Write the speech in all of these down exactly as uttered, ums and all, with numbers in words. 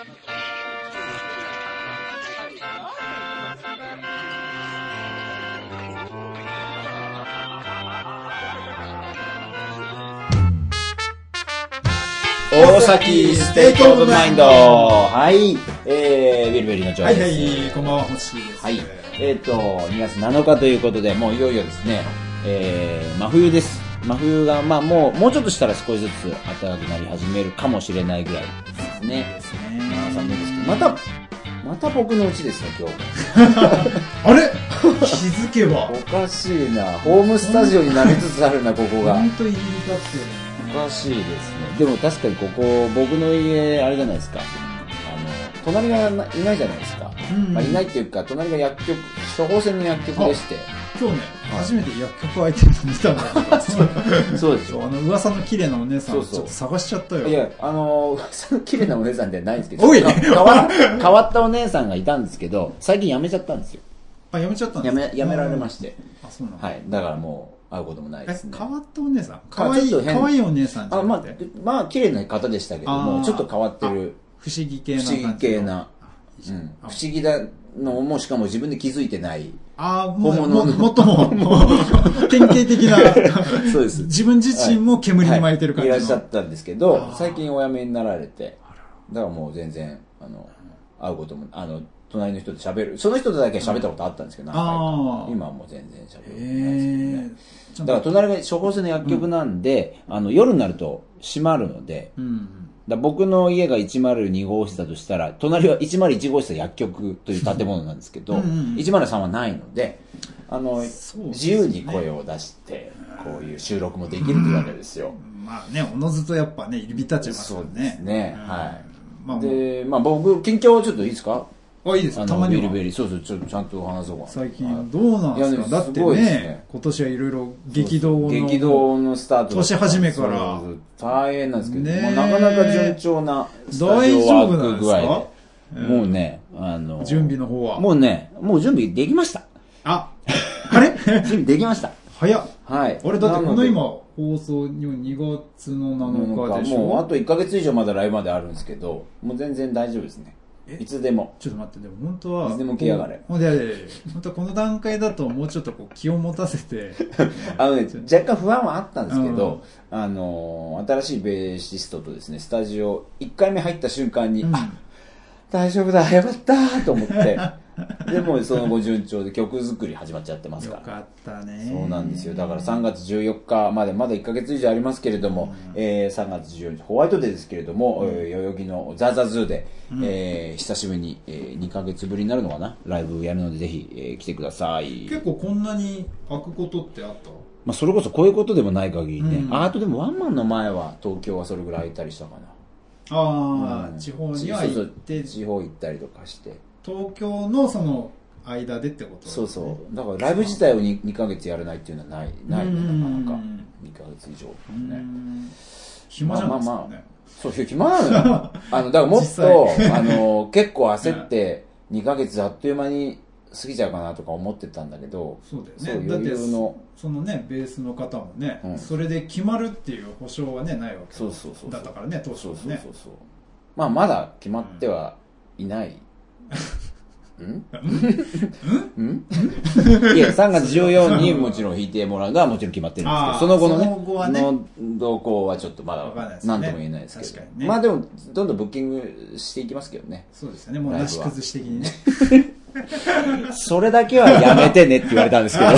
大崎ステートオブマインド。はい、えー、ビルベリーのジョーです。 はいはい、こんばんは、星です。 はい、えっ、ー、とにがつなのかということで、もういよいよですね、えー、真冬です。真冬がまあもうもうちょっとしたら少しずつ暖かくなり始めるかもしれないぐらいですね。ですね。まあ寒いですけど、またまた僕の家ですね今日。 あれ？気づけば。 おかしいな。ホームスタジオになりつつあるなここが。 本当に言い立ってるね。 おかしいですね。でも確かにここ僕の家あれじゃないですか。あの隣がいないじゃないですか。うんうん、まあ、いないっていうか隣が薬局、処方箋の薬局でして。 今日ね、はい、初めて薬局開いてるの見たんだけど。そうですよ。あの噂の綺麗なお姉さんをちょっと探しちゃったよ。 いや、あの噂の綺麗なお姉さんじゃないんですけど。おい変わ変わったお姉さんがいたんですけど、最近辞めちゃったんですよ。 あ、辞めちゃったんですか？辞め辞められまして。 あ、そうなの。 はい。だからもう。会うこともないですね。 変わったお姉さん、かわいい、かわいいお姉さんじゃなくて。 あ、まあ、まあ、綺麗な方でしたけども、ちょっと変わってる。 不思議系な感じ。不思議系な。うん。不思議だのも、しかも自分で気づいてない。 ああ、もう、も、もっとも、典型的な。 そうです。 自分自身も煙に巻いてる感じの、 はい。いらっしゃったんですけど、最近お辞めになられて、だからもう全然、あの、会うことも、あの、隣の人と喋る。その人とだけ喋ったことあったんですけど、何回か。今はもう全然喋るないですけどね。だから隣が処方箋の薬局なんで、うん、あの夜になると閉まるので、うん、だ僕の家がいちまるにごうしつだとしたら、隣はいちまるいちごうしつは薬局という建物なんですけど、うん、いちまるさんはないので、あの、ね、自由に声を出して、こういう収録もできるというわけですよ。 うん、まあね、おのずとやっぱね、入り浸っちゃいますからね。そうですね。うん、はい。まあ、で、まあ僕、近況ちょっといいですか？ あ、いいですか？たまには。 ベリベリ、そうそう、ちょっとちゃんと話そうかな。 最近どうなんですか？だってね、ね今年はいろいろ激動の。 激動のスタート。 年始めから。 大変なんですけど、ね、まあ、なかなか順調なスタジオワーク具合で。もうね、あの。 準備の方は。 もうね、もう準備できました。 あ、あれ準備できました。 早っ。 はい。 俺だってこの今、放送にがつのなのかでしょ。 もうあといっかげつ以上まだライブまであるんですけど、もう全然大丈夫ですね。いつでも。 ちょっと待って、でも本当は。 いつでも来やがれ。 ほんで、本当はこの段階だともうちょっとこう気を持たせて。 あのね、若干不安はあったんですけど、うん、あの、新しいベーシストとですね、スタジオ、いっかいめ入った瞬間に、うん、あ、大丈夫だ、よかったと思って、でもその後順調で曲作り始まっちゃってますから。 よかったね。 そうなんですよ。だからさんがつじゅうよっかまでまだいっかげつ以上ありますけれども、うん、えー、さんがつじゅうよっかホワイトデーですけれども、うん、代々木のザーザーズーで、うん、えー、久しぶりに、えー、にかげつぶりになるのかなライブやるのでぜひ、えー、来てください。 結構こんなに開くことってあった？ まあそれこそこういうことでもない限りね。うん、あとでもワンマンの前は東京はそれぐらい空いたりしたかな。 ああ、うん、地方には行って、 地方行ったりとかして。 東京のその、間でってこと、ね、 そうそう。だからライブ自体を 2, にかげつやらないっていうのはない、ないね、なかなか。にかげつ以上ね。 暇じゃないですかね。まあまあまあ、 そう、暇なのよ。あの、だからもっと、あの、結構焦って、にかげつあっという間に過ぎちゃうかなとか思ってたんだけど、 そうだよね。そう余裕の。そのね、ベースの方もね、うん、それで決まるっていう保証はね、ないわけそうそうそう。 だったからね、当初はね。そうそうそうそう。 まあ、まだ決まってはいない。うんんいや、さんがつじゅうよっかにもちろん弾いてもらうのはもちろん決まってるんですけど、その後のね、その後はねの動向はちょっとまだ何とも言えないですけど、ね、まあでも、どんどんブッキングしていきますけどね。 そうですよね、もうなし崩し的にね。 それだけはやめてねって言われたんですけど、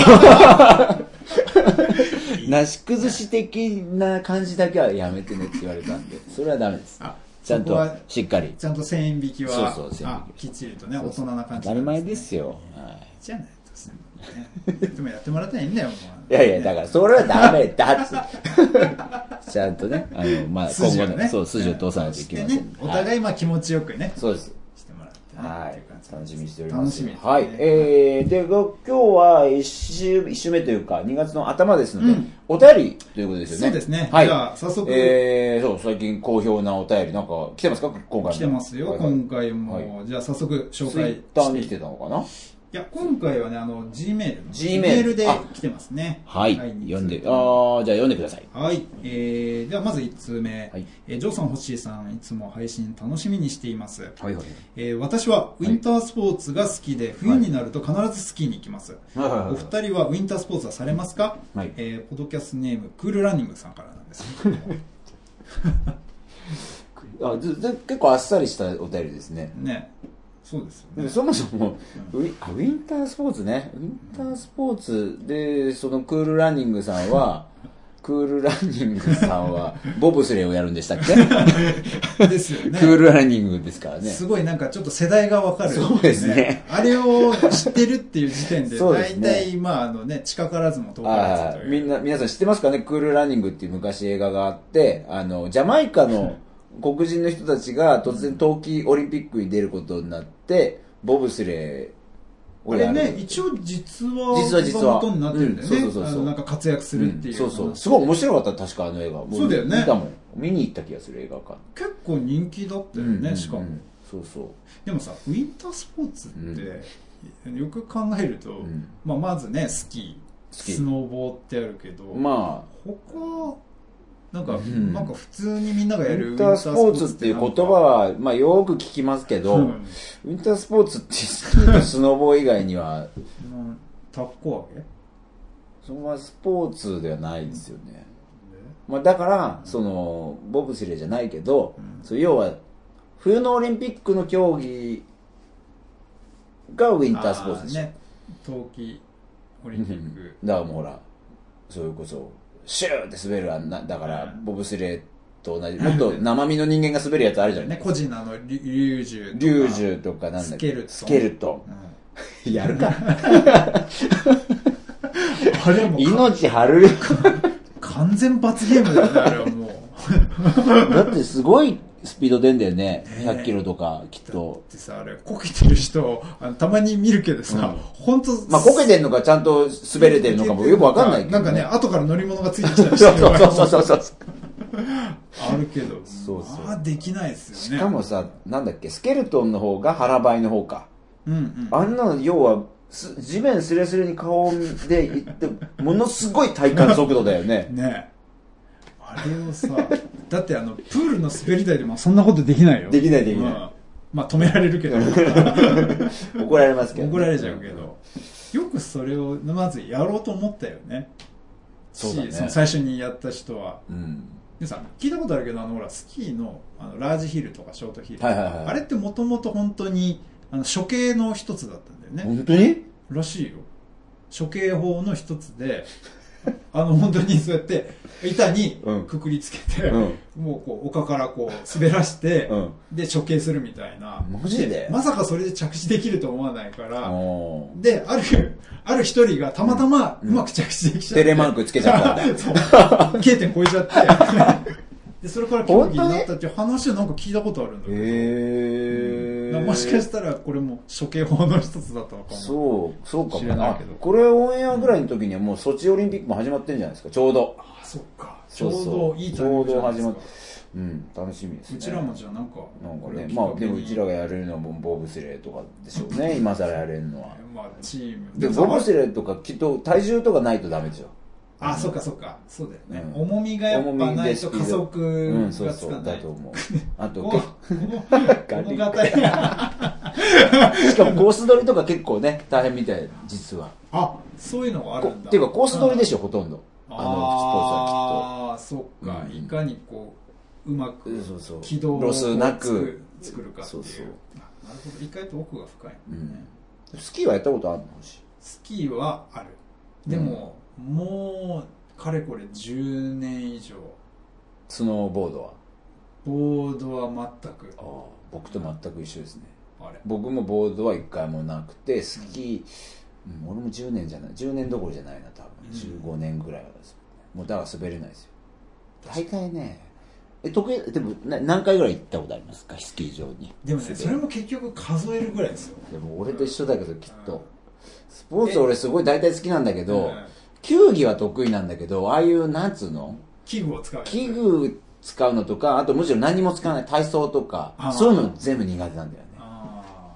なし崩し的な感じだけはやめてねって言われたんで、それはダメです。ちゃんとしっかりちゃんと線引きはそうそうあきっちりとね大人な感じ、 ね、当たり前ですよ、 はい、じゃないとですねでもやってもらったらいいんだよもういやいやだからそれはダメだっつちゃんとねあの、まあ、今後の、ね、そう筋を通さないといけません、ね、 お互いまあ気持ちよくねそうですしてもらって、 ね、はい楽しみにしております楽しみはい、えー、で今日は一週一週目というかにがつの頭ですので、うん、お便りということですよねそうですね、はい、じゃあ早速えー、そう最近好評なお便りなんか来てますか今回も来てますよ、はいはい、今回も、はい、じゃあ早速紹介してツイッターに来てたのかないや、今回はね、あの、G メール。 G メールで来てますね。 はい。読んで、ああ、じゃあ読んでください。 はい。えー、ではまずいちつうめ。 はい、 えー、ジョーさん、ホッシーさん、いつも配信楽しみにしています。 はいはい。 えー、私はウィンタースポーツが好きで、はい、冬になると必ずスキーに行きます。はいはいはいはい、お二人はウィンタースポーツはされますか？はい。えー、ポドキャストネーム、クールランニングさんからなんですけど。 あずず結構あっさりしたお便りですね。 ね。そうですよね。 そもそも、うん、ウィ、ウィンタースポーツね。ウィンタースポーツで、そのクールランニングさんは、クールランニングさんは、ボブスレーをやるんでしたっけ？ですよね。クールランニングですからね。 すごいなんかちょっと世代がわかる、ね。 そうですね。 あれを知ってるっていう時点で、大体、まああのね、近からずも遠からずという。 みんな、皆さん知ってますかね？クールランニングっていう昔映画があって、あの、ジャマイカの黒人の人たちが突然冬季オリンピックに出ることになって、ボブスレーをやる。あれね、一応実は、 実は実は。 元になってるんだよね。 うん、そうそうそうそう。 なんか活躍するっていう、 うん。そうそう。すごい面白かった、確かあの映画。 そうだよね。 見たもん。見に行った気がする映画か。 結構人気だったよね、うん、しかも、うん。 そうそう。 でもさ、ウィンタースポーツって、うん、よく考えると、うん、まあまずね、スキー、スノーボーってあるけど、 まあ、 他、なんか、うん、なんか普通にみんながやるウィンタースポーツっていう言葉は、まあよく聞きますけど、うん、ウィンタースポーツってスキーとスノボー以外には、 タッコ揚げ？ それはスポーツではないですよね。うん、まあだから、その、ボブスレーじゃないけど、うん、そう要は、冬のオリンピックの競技がウィンタースポーツでしょ。ね。 冬季オリンピック。 だからもうほら、それこそ、シューって滑るあんな、だから、ボブスレーと同じ、もっと生身の人間が滑るやつあるじゃん。 ね、個人のあの、リュージュとか。 リュージュとかなんだっけ。 スケルトン。 スケルトン。うん、やるか。 あれも命張る。 完全罰ゲームだよね、あれはもう。だってすごいスピード出んだよね。ひゃっキロとか、きっと。 だってさ、あれ、こけてる人、あのたまに見るけどさ、うん、ほんと。 まあ、こけてんのか、ちゃんと滑れてるのかもよくわかんないけど、 ね。なんかね、後から乗り物がついてきたりしてる。 そうそうそうそう。 あるけど、 そうそう。 まあ、できないですよね。 しかもさ、なんだっけ、スケルトンの方が腹ばいの方か。 うんうん。 あんなの、要は、地面スレスレに顔で行って、ものすごい体感速度だよね。 ね。あれをさ、だってあの、プールの滑り台でもそんなことできないよ。 できないできない。 まあ、まあ、止められるけど。 怒られますけど、ね。 怒られちゃうけど。よくそれを、まずやろうと思ったよね。 そうだね。 その最初にやった人は。 うん。 でさ、聞いたことあるけど、あの、ほら、スキーの、あの、ラージヒルとかショートヒルとか。 はいはいはい。 あれってもともと本当に、あの、処刑の一つだったんだよね。 本当に？ らしいよ。処刑法の一つで、あの、本当にそうやって、板にくくりつけて、うん、もうこう、丘からこう、滑らして、うん、で、処刑するみたいな。 マジで？ まさかそれで着地できると思わないから、で、ある、ある一人がたまたまうまく着地できちゃって。 テレマークつけちゃったんだ。 K 点超えちゃって。で、それから競技になったっていう話をなんか聞いたことあるんだけど。 へー。 もしかしたらこれも処刑法の一つだったのかも。 そう、そうかもしれないけど。 これオンエアぐらいの時にはもうソチオリンピックも始まってるんじゃないですか、ちょうど。 ああ、そっか。ちょうどいいタイミングじゃないですか。ちょうど始まって。 うん、楽しみですね。 うちらもじゃあなんか。 なんかね、まあでもうちらがやれるのはボブスレーとかでしょうね、今更やれるのは。 まあチーム。 でもボブスレーとかきっと体重とかないとダメでしょ。 あ、そっかそっか。そうだよね。重みがやっぱないと加速がつかない。うん、そうそう、だと思う。あと、ガリガリ。しかもコース取りとか結構ね、大変みたい、実は。 あ、そういうのがあるんだ。 っていうかコース取りでしょ、ほとんど。あの、スポーツはきっと。ああ、そっか。いかにこう、うまく軌道をロスなく作るかっていう。そうそう。なるほど。意外と奥が深いもんね。 スキーはやったことあるの？ スキーはある。でも、もうかれこれじゅうねん以上。 スノーボードは？ ボードは全く。 ああ、僕と全く一緒ですね。 あれ、 僕もボードは一回もなくて、スキー、うん、俺もじゅうねんじゃない、じゅうねんどころじゃないな、多分、うん、じゅうごねんぐらいはです、ね、もうだから滑れないですよ。大体ね、え得意でも何回ぐらい行ったことありますか、スキー場に。 でもね、それも結局数えるぐらいですよ。 でも俺と一緒だけど、きっと、うん、スポーツ俺すごい大体好きなんだけど、球技は得意なんだけど、ああいうなんつうの器具を使う、 器具使うのとか、あとむしろ何も使わない体操とか、そういうの全部苦手なんだよね。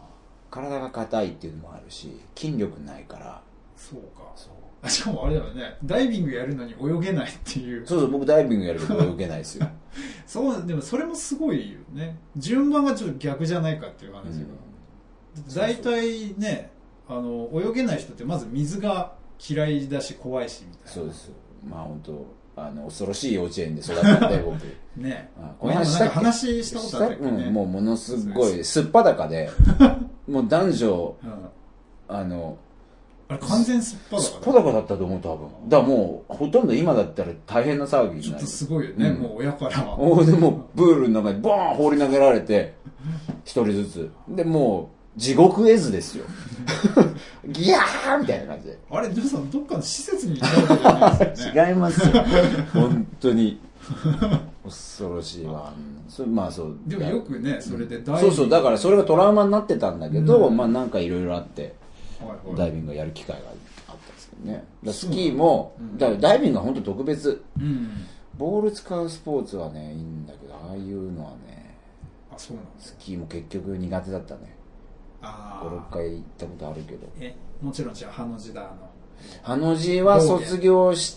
体が硬いっていうのもあるし、筋力ないから。 そうか。そう。あ、しかもあれだよね、ダイビングやるのに泳げないっていう。 そうそう、僕ダイビングやるけど泳げないですよ。 そう、でもそれもすごいよね。順番がちょっと逆じゃないかっていう話が。うん、大体ね、あの、泳げない人ってまず水が嫌いだし怖いしみたいな。 そうです。まあ本当あの、恐ろしい幼稚園で育ったんで、僕。 ねあこの話したっけ、話したことあったっけね、 うん、もうものすごい、すっぱだかで、もう男女、うん、あの、 あれ完全すっぱだかすっぱだかだったと思う、多分。だからもう、ほとんど今だったら大変な騒ぎになる。 ちょっとすごいよね、うん、もう親からは。 おでもう、プールの中にボーン放り投げられて、一人ずつ。で、もう、地獄絵図ですよ。ギャーみたいな感じで。 あれ、ジョーさん、どっかの施設にいたわけじゃないですよね。 違いますよ。本当に。恐ろしいわ。それまあそう。 でもよくね、それでダイビング、そうそう、だからそれがトラウマになってたんだけど、うん、まあなんかいろいろあって、はいはい、ダイビングをやる機会があったんですけどね。だスキーも、うん、だダイビングは本当特別、うん。ボール使うスポーツはね、いいんだけど、ああいうのはね、 あ、そうなの？ スキーも結局苦手だったね。あご、ろっかい行ったことあるけど。 え、もちろんじゃあ、ハの字だ、あの。 ハの字は卒業して、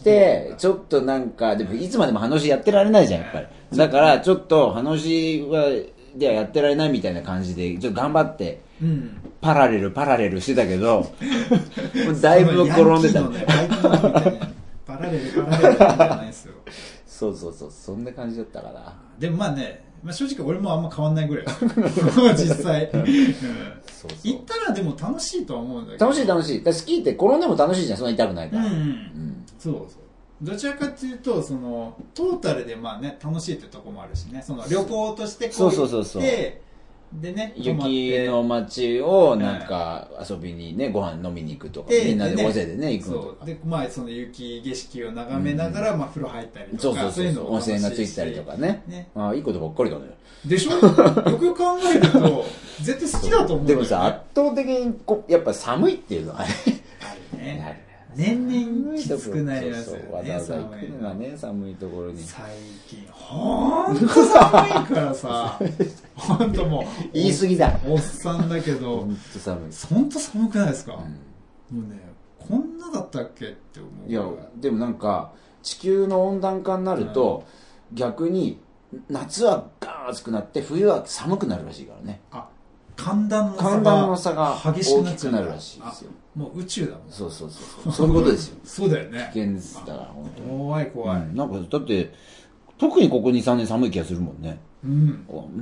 ちょっとなんか、でもいつまでもハの字やってられないじゃん、やっぱり。だから、ちょっとハの字は、ではやってられないみたいな感じで、ちょっと頑張って、うん、パラレル、パラレルしてたけど、だいぶ転んでた。 ね、パラレル、パラレルじゃないですよ。 そうそうそう、そんな感じだったから。 でもまあね、まあ、正直俺もあんま変わんないぐらい実際、うん、そうそう行ったらでも楽しいとは思うんだけど。 楽しい楽しい。だスキーって転んでも楽しいじゃん、そんな痛くないから、うんうんうん、 そうそう、どちらかというとそのトータルでまあね楽しいってとこもあるしね、その旅行としてこう行ってでね、 雪の街をなんか遊びにね、ご飯飲みに行くとか、みんなで大勢でね行くのとか、 でまあその雪景色を眺めながら、まあ風呂入ったりとか、 そうそうそう、温泉がついたりとかね、ね、ああいいことばっかりだね。 でしょ。よくよく考えると絶対好きだと思うんだよね。 でもさ、圧倒的にこやっぱ寒いっていうのはねあるね。年々きつくなりますよね。 わざわざ行くのがね、寒いところに。 最近ほんと寒いからさ、ほんともう言い過ぎだ。 おっさんだけど、 ほんと寒い。 ほんと寒くないですか、うん、もうね、こんなだったっけって思う。 いや、でもなんか地球の温暖化になると、うん、逆に夏はガーン暑くなって冬は寒くなるらしいからね。あ、 寒暖の差が寒暖の差が激しくなるらしいですよ。 もう宇宙だもん。 そうそうそう。そういうことですよ。 そうだよね。 危険ですだから本当に。 怖い怖い、 うん。なんかだって特にここに、さんねん寒い気がするもんね。うん。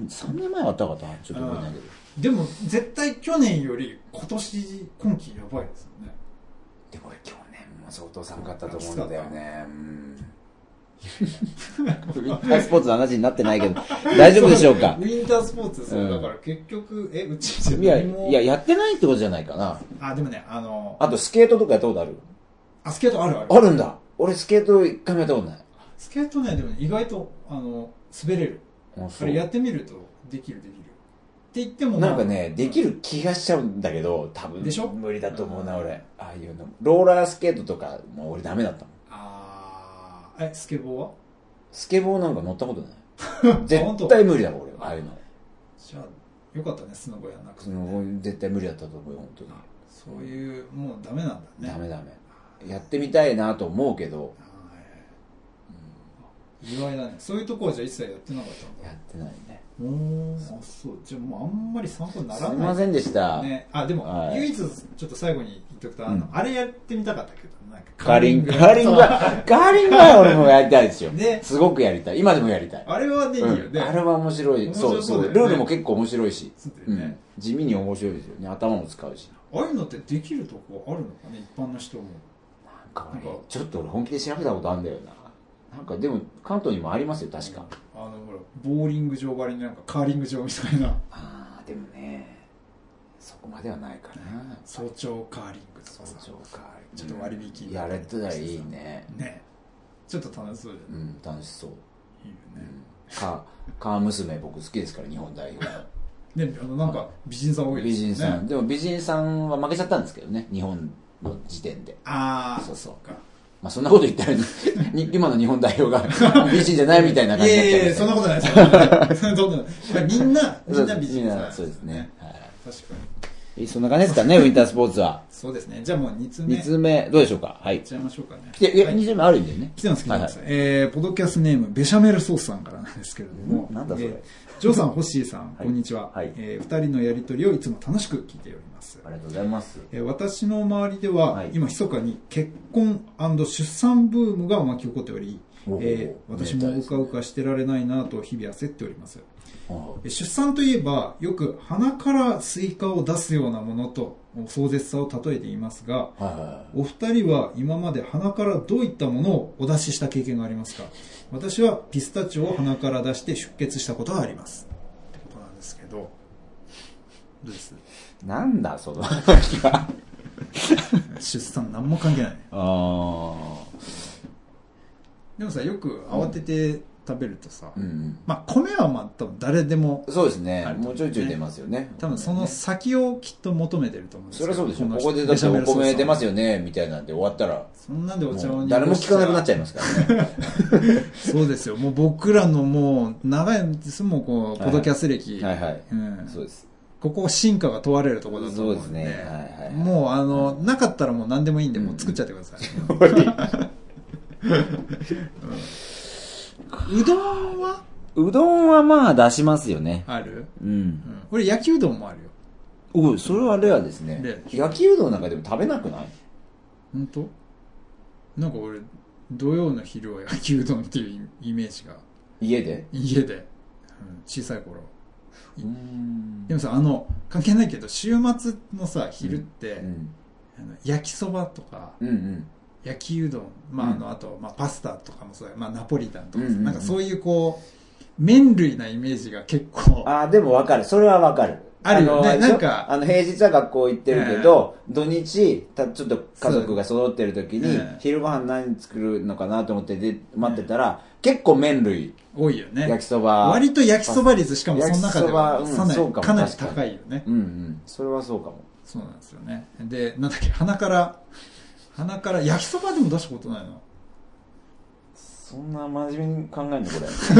さんねんまえはあったかったちょっと覚えないけど。 でも絶対去年より今年今季やばいですよね。 でも俺去年も相当寒かったと思うんだよね。うん。ウィンタースポーツの話になってないけど大丈夫でしょうか。 ウィンタースポーツ、そう、うん、だから結局えうちじゃいやいややってないってことじゃないかな。 あ、でもね、あのあとスケートとかやったことある？ あ、スケートあるあるあるんだ。俺スケート一回もやったことない。 スケートね、でも、ね、意外とあの滑れる。あ, あれやってみるとできるできるって言ってもなんかね、できる気がしちゃうんだけど多分でしょ無理だと思うな、俺。ああいうのローラースケートとかもう俺ダメだったもん。 ああ、えスケボーは？ スケボーなんか乗ったことない絶対無理だもん俺。ああいうの。 じゃあよかったね、スノボやなくて、 ね、スノボ絶対無理だったと思うよ本当に。 そういうもうダメなんだね。 ダメダメ。やってみたいなと思うけど、 意外だね。そういうとこはじゃあ一切やってなかったんだ。 やってないね。 うーん、あ、そう。じゃあもうあんまり参考にならない。 すみませんでした。 ね、あ、でも、はい、唯一ちょっと最後に言っとくと、あの、うん、あれやってみたかったけど、なんかカーリング。カーリングは、カーリングは俺もやりたいですよ。ね。すごくやりたい。今でもやりたい。 あれはね、いいよね、うん。 あれは面白い。そうそう。ルールも結構面白いし。そうだよね、うん。地味に面白いですよね。頭も使うし。 ああいうのってできるとこあるのかね、一般の人も。 なんかね、ちょっと俺本気で調べたことあるんだよな。なんかでも関東にもありますよ確か、 うん、あのほらボーリング場張りになんかカーリング場みたいな。 ああでもねそこまではないかな。 早朝カーリングとかさ、 早朝カーリングちょっと割引、 うん、やれたらいいね。 ね、ちょっと楽しそうじゃない。 うん、楽しそう。 いいよね、 うん、カカー娘僕好きですから日本代表ね、あのなんか美人さん多いですね。 美人さんでも美人さんは負けちゃったんですけどね日本の時点で。 ああそうそうか。 まあそんなこと言ったら今の日本代表が美人じゃないみたいな感じになっちゃう。 いやいやそんなことないですよ。みんなみんな美人さん、 そうですね。はい、 確かに。 そんな感じですかね、ウィンタースポーツは。 そうですね。じゃあもうにつめ。 につめ、どうでしょうか。はい。 いっちゃいましょうかね。 いや、につめあるんだよね。 来てます、来てます。はいはい、えー、ポドキャストネーム、ベシャメルソースさんからなんですけれども。 なんだそれ。えー、ジョーさん、ホッシーさん、はい、こんにちは。 はい。 えー、二人のやりとりをいつも楽しく聞いております。 ありがとうございます。 えー、私の周りでは、はい、今、密かに結婚&出産ブームが巻き起こっており、えー、私もうかうかしてられないなと日々焦っております。出産といえばよく鼻からスイカを出すようなものと壮絶さを例えていますが、はいはいはい、お二人は今まで鼻からどういったものをお出しした経験がありますか？私はピスタチオを鼻から出して出血したことがありますってことなんですけど、どうです？ なんだその出産何も関係ない。 あでもさ、よく慌てて食べるとさ、うんうん、まあ米はまあ多分誰でも、 そうですね、もうちょいちょい出ますよね。 多分その先をきっと求めてると思うんですけど、 それはそうでしょ。ここでだってお米出ますよねみたいなんで終わったら、 そんなんでお茶を誰も聞かなくなっちゃいますからね。 そうですよ。もう僕らのもう長いですもん、こうポドキャス歴、 はいはい、はいはい、うん、そうです。 ここ進化が問われるところだと思うんで、そうですね。はいはいはい、もうあの、うん、なかったらもう何でもいいんで、もう作っちゃってください。うん、うどんはうどんはまあ出しますよね。 ある？ うん。うん、 俺焼きうどんもあるよ。 おい、それはレアですね。焼きうどんなんかでも食べなくない？ 本当？なんか俺土曜の昼は焼きうどんっていうイメージが。 家で？ 家で、うん、小さい頃。うん。でもさ、あの関係ないけど週末のさ昼って、うんうん、あの焼きそばとか。うんうん、焼きうどん、まあ、あの、うん、あと、まあ、パスタとかもそうだ、まあ、ナポリタンとか、うんうんうん、なんかそういうこう、麺類なイメージが結構。 ああ、でもわかる。それはわかる。 あるよね。なんか。 あの、平日は学校行ってるけど、えー、土日、たちょっと家族が揃ってる時に、えー、昼ご飯何作るのかなと思ってで待ってたら、えー、結構麺類。 多いよね。 焼きそば。 割と焼きそば率、しかもその中では、 うん、 そうかもかなり高いよね。 うんうん。それはそうかも。 そうなんですよね。で、なんだっけ、鼻から、鼻から焼きそばでも出したことないの？ そんな真面目に考えるのこ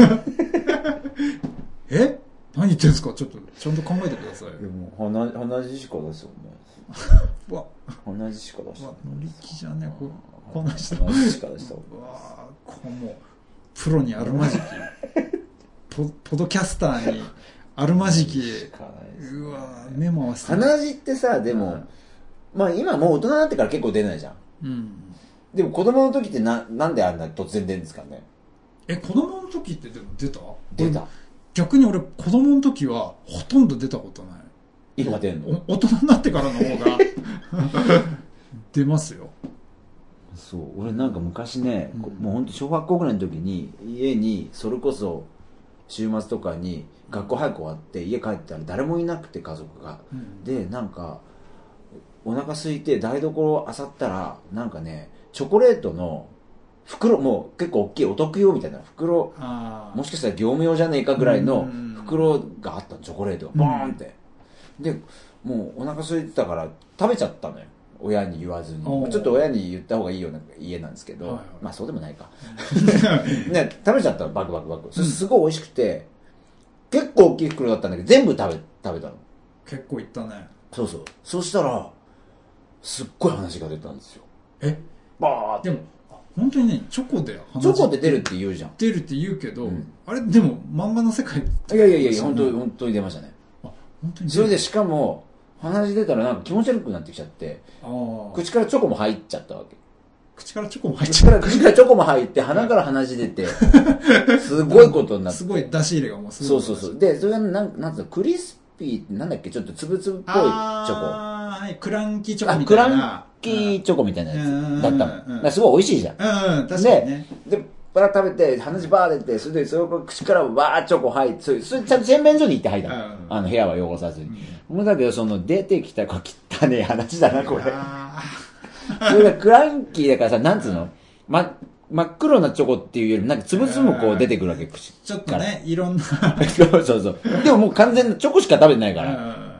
れ。え？何言ってんすか？ちょっとちゃんと考えてください。 でも鼻鼻血しか出すよね。 わ、 鼻血しか出した。 乗り気じゃねここの人。 鼻血しか出した。 うわこうもうプロにあるまじきポポドキャスターにあるまじき。うわ目も合わせて。 鼻血ってさでも、うん、まあ今もう大人になってから結構出ないじゃん。うん、でも子供の時ってな、なんであんな突然出るんですかね？ え、子供の時ってでも出た？ 出た。 逆に俺子供の時はほとんど出たことない。 今出んの？ 大人になってからの方が出ますよ。 そう、俺なんか昔ね、うん、もうほんと小学校ぐらいの時に家にそれこそ週末とかに学校早く終わって家帰ったら誰もいなくて家族が、うん、でなんかお腹空いて台所を漁ったらなんかねチョコレートの袋もう結構大きいお得用みたいな袋もしかしたら業務用じゃねえかぐらいの袋があったのチョコレートがボーンって、うん、でもうお腹空いてたから食べちゃったのよ親に言わずにちょっと親に言った方がいいような家なんですけど、はいはい、まあそうでもないかね食べちゃったのバクバクバク、うん、それすごい美味しくて結構大きい袋だったんだけど全部食べ食べたの結構いったねそうそうそうしたらすっごい話が出たんですよ。 えバーって。 でも、本当にね、チョコで話チョコで出るって言うじゃん。 出るって言うけど、うん、あれ、でも漫画の世界って。 いやいやいや、本当に、本当に出ましたね。 あ、本当にそれでしかも、鼻血出たらなんか気持ち悪くなってきちゃって、あ口からチョコも入っちゃったわけ。 口からチョコも入っちゃった。 口からチョコも入って、鼻から鼻血出て、すごいことになって。 すごい出し入れがもうすごい。そうそうそう。で、それがなん、なんつうの、クリスピーってなんだっけ、ちょっとつぶつぶっぽいチョコ。 あー、はい、クランキーチョコみたいな。 クランキーチョコみたいなやつだったの。だからすごい美味しいじゃん。 うん、確かにね。 で、でバラ食べて、鼻血バー出て、それで、それを口からわーチョコ入って、それ、それちゃんと洗面所に行って入ったの。あの、部屋は汚さずに。もうだけど、その、出てきた子汚ねえ話だな、これ。それがクランキーだからさ、なんつうのま、真っ黒なチョコっていうよりなんかつぶつぶこう出てくるわけ、口ちょっとね、いろんな。 そうそうそう。でももう完全なチョコしか食べてないから。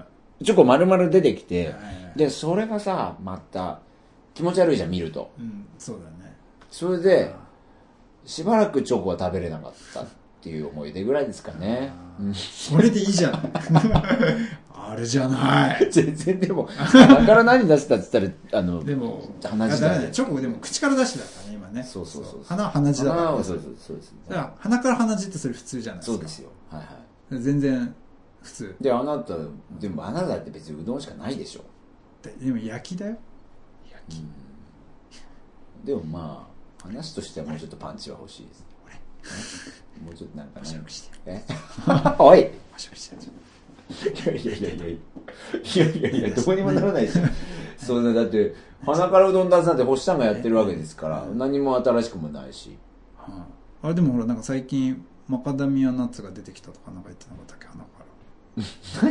チョコ丸々出てきて、で、それがさ、また、気持ち悪いじゃん、見ると。 うん、そうだね。 それで、しばらくチョコは食べれなかったっていう思い出ぐらいですかね。 それでいいじゃん。 あるじゃない。 全然でも、鼻から何出したって言ったら、あの、 でも、 鼻血だね。 チョコでも口から出してだからね、今ね。 そうそうそう。 鼻は鼻血だから、ね。 そうそうそうです。 だから鼻から鼻血ってそれ普通じゃないですか。 そうですよ。はいはい。 全然普通。 で、あなた、でもあなただって別にうどんしかないでしょ。 でも焼きだよ。焼き。 でもまあ、話としてはもうちょっとパンチは欲しいです。もうちょっとなんかね。えおいいやいやいやいやいやいやいや、どうにもならないですよ。そうね、だって、鼻からうどん出すなんて星さんがやってるわけですから、何も新しくもないし。 あれでもほら、なんか最近、マカダミアナッツが出てきたとかなんか言ってなかったっけ、鼻から。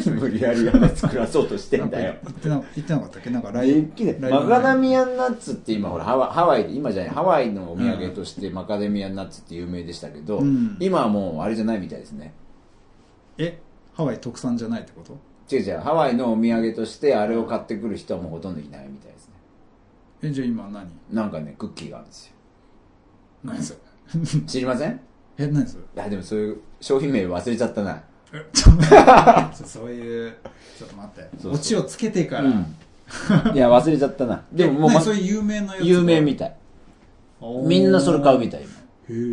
何無理やりやつ作らそうとしてんだよ。 言ってな、言ってなかったっけ、なんかライブ。マカダミアンナッツって今ほらハワイ、ハワイ今じゃない、ハワイのお土産としてマカダミアンナッツって有名でしたけど、うん、今はもうあれじゃないみたいですね。 え、ハワイ特産じゃないってこと？ 違う違う、ハワイのお土産としてあれを買ってくる人はもうほとんどいないみたいですね。 え、じゃあ今何？ なんかね、クッキーがあるんですよ。 何それ？知りません？ え、何それ？いや、でもそういう商品名忘れちゃったな。 そういう、ちょっと待って。オチをつけてから。うん、 いや、忘れちゃったな。 でももう、ま、そういう有名なやつ。 有名みたい。みんなそれ買うみたい。へえ、うん。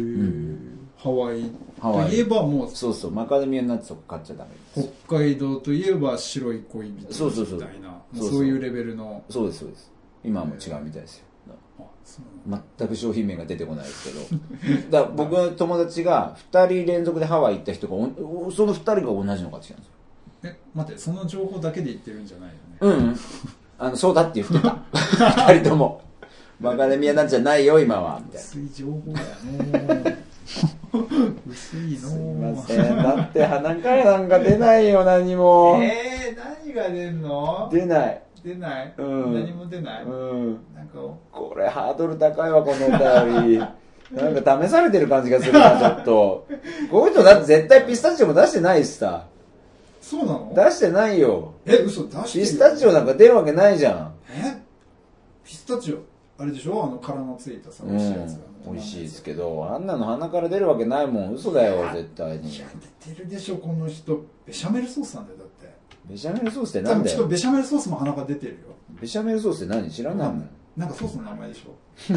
ハワイといえばもう。 そうそう、マカダミアナッツとか買っちゃダメです。北海道といえば白い恋人みたいな。そうそうそう。そういうレベルの。 そうです、そうです。今はもう違うみたいですよ。全く商品名が出てこないですけどだから僕の友達がふたり連続でハワイ行った人がそのふたりが同じのが違うんですよ。 え、待って、その情報だけで言ってるんじゃないよね。 うん、うん、あのそうだって言ってたふたりともマカダミアなんじゃないよ今はみたいな。 薄い情報やね薄いの。 すいません、だって鼻からなんか出ないよ何も。 えー、何が出んの？ 出ない出ない、 うん、 何も出ない、うん、なんかこれハードル高いわこのお便りなんか試されてる感じがするなちょっとこういう人だって絶対ピスタチオも出してないしさ。 そうなの？ 出してないよ。 え、嘘出してる？ ピスタチオなんか出るわけないじゃん。 え、ピスタチオあれでしょ、あの殻のついたさ、美味しいやつが、 うん、美味しいですけど、あんなの鼻から出るわけないもん。嘘だよ絶対に。 いや出てるでしょこの人。ベシャメルソースなんだよだって。 ベシャメルソースって何だよ。 多分ベシャメルソースも鼻から出てるよ。 ベシャメルソースって何？知らないもん。 なんかソースの名前でしょ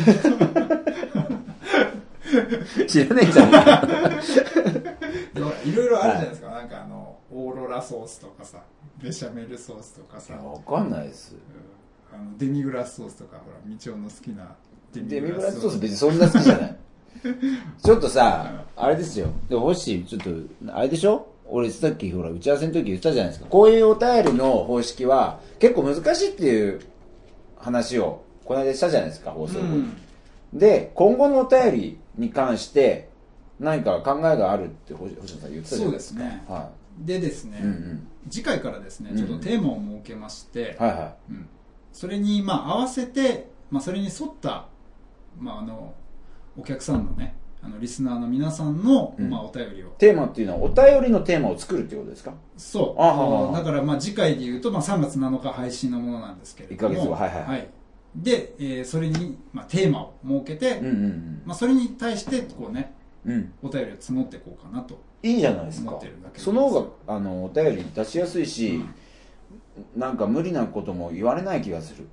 知らねえじゃんいろいろあるじゃないですか、はい、なんかあのオーロラソースとかさ、ベシャメルソースとかさ、 わかんないです、 うん、あのデミグラスソースとか、ほらみちおの好きなデミグラスソース別にそんな好きじゃないちょっとさ、あれですよ。でも星ちょっとあれでしょ、俺さっきほら打ち合わせの時言ったじゃないですか。こういうお便りの方式は結構難しいっていう話をこの間したじゃないですか、放送で、うん、で今後のお便りに関して何か考えがあるって星野さん言ってたじゃないですか。そうですね、はい、でですね、うんうん、次回からですねちょっとテーマを設けまして、うんはいはいうん、それにまあ合わせて、まあ、それに沿った、まあ、あのお客さんのね、あのリスナーの皆さんの、うんまあ、お便りを、 テーマっていうのはお便りのテーマを作るっていうことですか？ そうあだからまあ次回でいうと、まあ、さんがつなのか配信のものなんですけれども、いっかげつごはいはい、はい、で、えー、それに、まあ、テーマを設けて、うんうんうんまあ、それに対してこうね、うん、お便りを募っていこうかなといいじゃないですか。その方があのお便り出しやすいし、うん、なんか無理なことも言われない気がする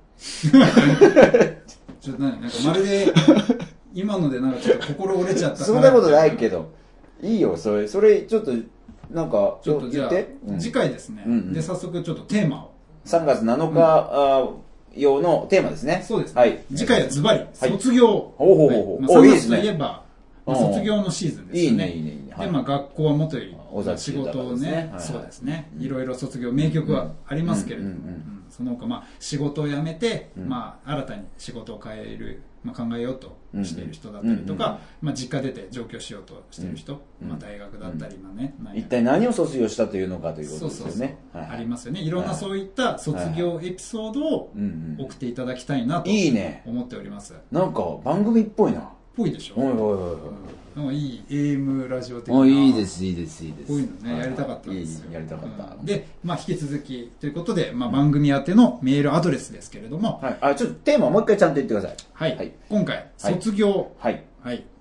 ちょっとなんかまるで今のでなんかちょっと心折れちゃったそんなことないけどいいよそれ。それちょっとなんかちょっとじゃあ、うん、次回ですね、うんうん、で早速ちょっとテーマをさんがつなのか、うん用のテーマですね。 そうですね。はい、次回はズバリ卒業。ほうほうほうほう。まあ、さんがつといえば、まあ、卒業のシーズンですよね。いいねいいねいいね。でまあ学校はもとより仕事をね、そうですね。いろいろ卒業名曲はありますけれども、その他まあ仕事を辞めて、まあ新たに仕事を変える、まあ考えようとしている人だったりとか、まあ実家出て上京しようとしている人、まあ大学だったりまあね。 一体何を卒業したというのかということですよね。 ありますよね。いろんなそういった卒業エピソードを送っていただきたいなと思っております。 なんか番組っぽいな。 ぽいでしょ。 おいおいおいおい。いい エーエム ラジオ的な。 いいですいいですいいです。 こういうのねやりたかったんですよ。 やりたかった。 で、まあ引き続きということで、まあ番組宛てのメールアドレスですけれども、 はい。あちょっとテーマもう一回ちゃんと言ってください。 はい。今回卒業。 はい。 はい。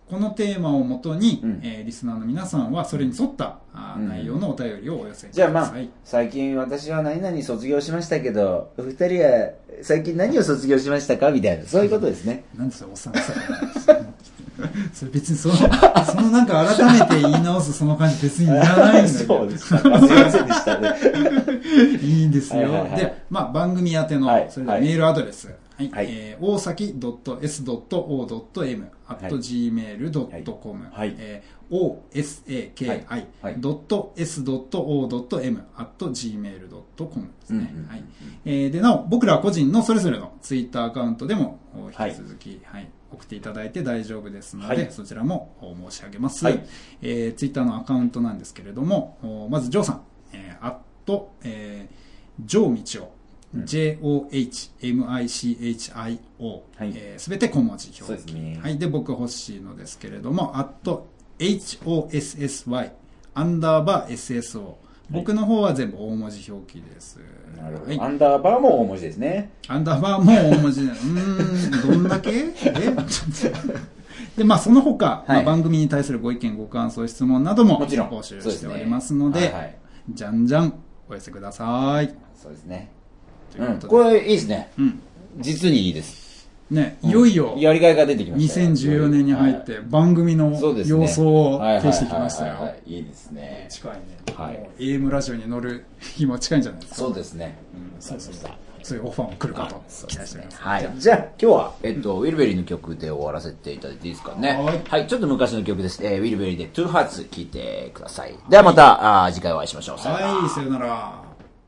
このテーマをもとに、うんえー、リスナーの皆さんはそれに沿ったあ内容のお便りをお寄せください。 じゃあまあ、最近私は何々卒業しましたけど、お二人は最近何を卒業しましたかみたいな、そういうことですね。 なんでそれおっさんさそれ別にその、そのなんか改めて言い直すその感じ別にいらないんだけど。 そうですか。すいませんでしたね。 いいんですよ。はいはいはい、で、まあ番組宛ての、はい、それではメールアドレス。はいはいえー、大崎 .s.o.m アット ジーメール ドットコム はいえー、オーエスエーケーアイ ドット エス ドット オー ドット エム アット ジーメール ドットコム ですね。うんうんうんはいえー、で、なお、僕ら個人のそれぞれのツイッターアカウントでも引き続き、はいはい送っていただいて大丈夫ですので、はい、そちらも申し上げます。はいえー、ツイッターのアカウントなんですけれども、まずジョーさん、えー、アット、えー、ジョーミチオ、ジェイオーエイチエムアイシーエイチアイオー、はいえー、すべて小文字表記。ねはい、で、僕欲しいのですけれども、アット、エイチオーエスエスワイ、アンダーバー エスエスオー。僕の方は全部大文字表記です。 なるほど。はい、アンダーバーも大文字ですね。 アンダーバーも大文字で、うーん、どんだけえで、まあ、その他、はいまあ、番組に対するご意見、ご感想、質問なども募集しておりますので、でねはいはい、じゃんじゃんお寄せください。 そうですね。ということで、うん、これいいですね。うん。実にいいです。 ね、いよいよ、 やりがいが出てきました。 にせんじゅうよねんに入って、番組の様相を消してきましたよ。 いいですね。 近いね。はい。エーエム ラジオに乗る日も近いんじゃないですか。 そうですね。 うん、そうそうそう。そういうオファーも来るかと期待しております。 はい。じゃあ、今日は、えっと、ウィルベリーの曲で終わらせていただいていいですかね。はい。はい。ちょっと昔の曲です。えー、ウィルベリーで Two Hearts 聴いてください。ではまた、あ次回お会いしましょう。 はい、さよなら。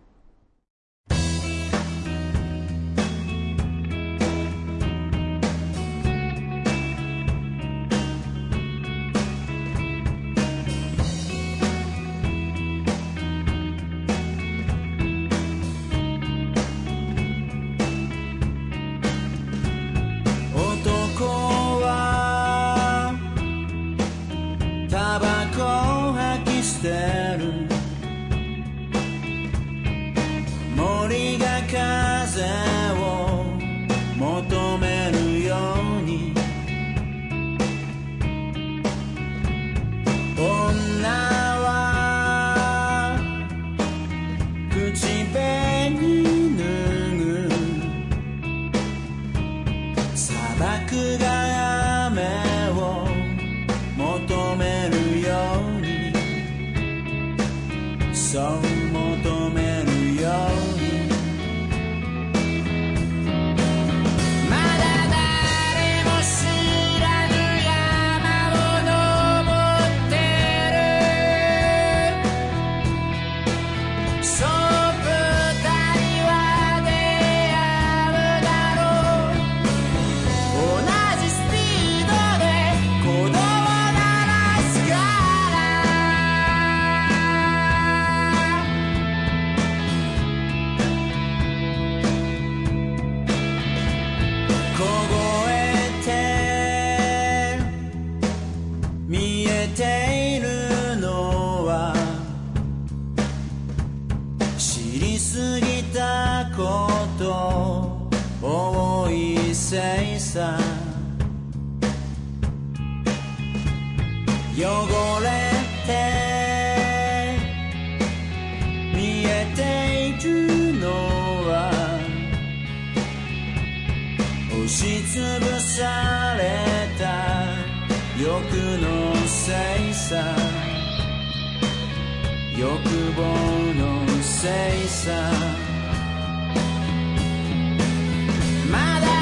森が風を求めるように女は口紅脱ぐ砂漠が雨を求めるようにそう求めるように汚れて見えているのは押しつぶされた欲のせいさ欲望のせいさまだ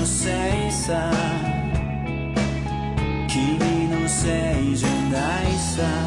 せいさ君のせいじゃないさ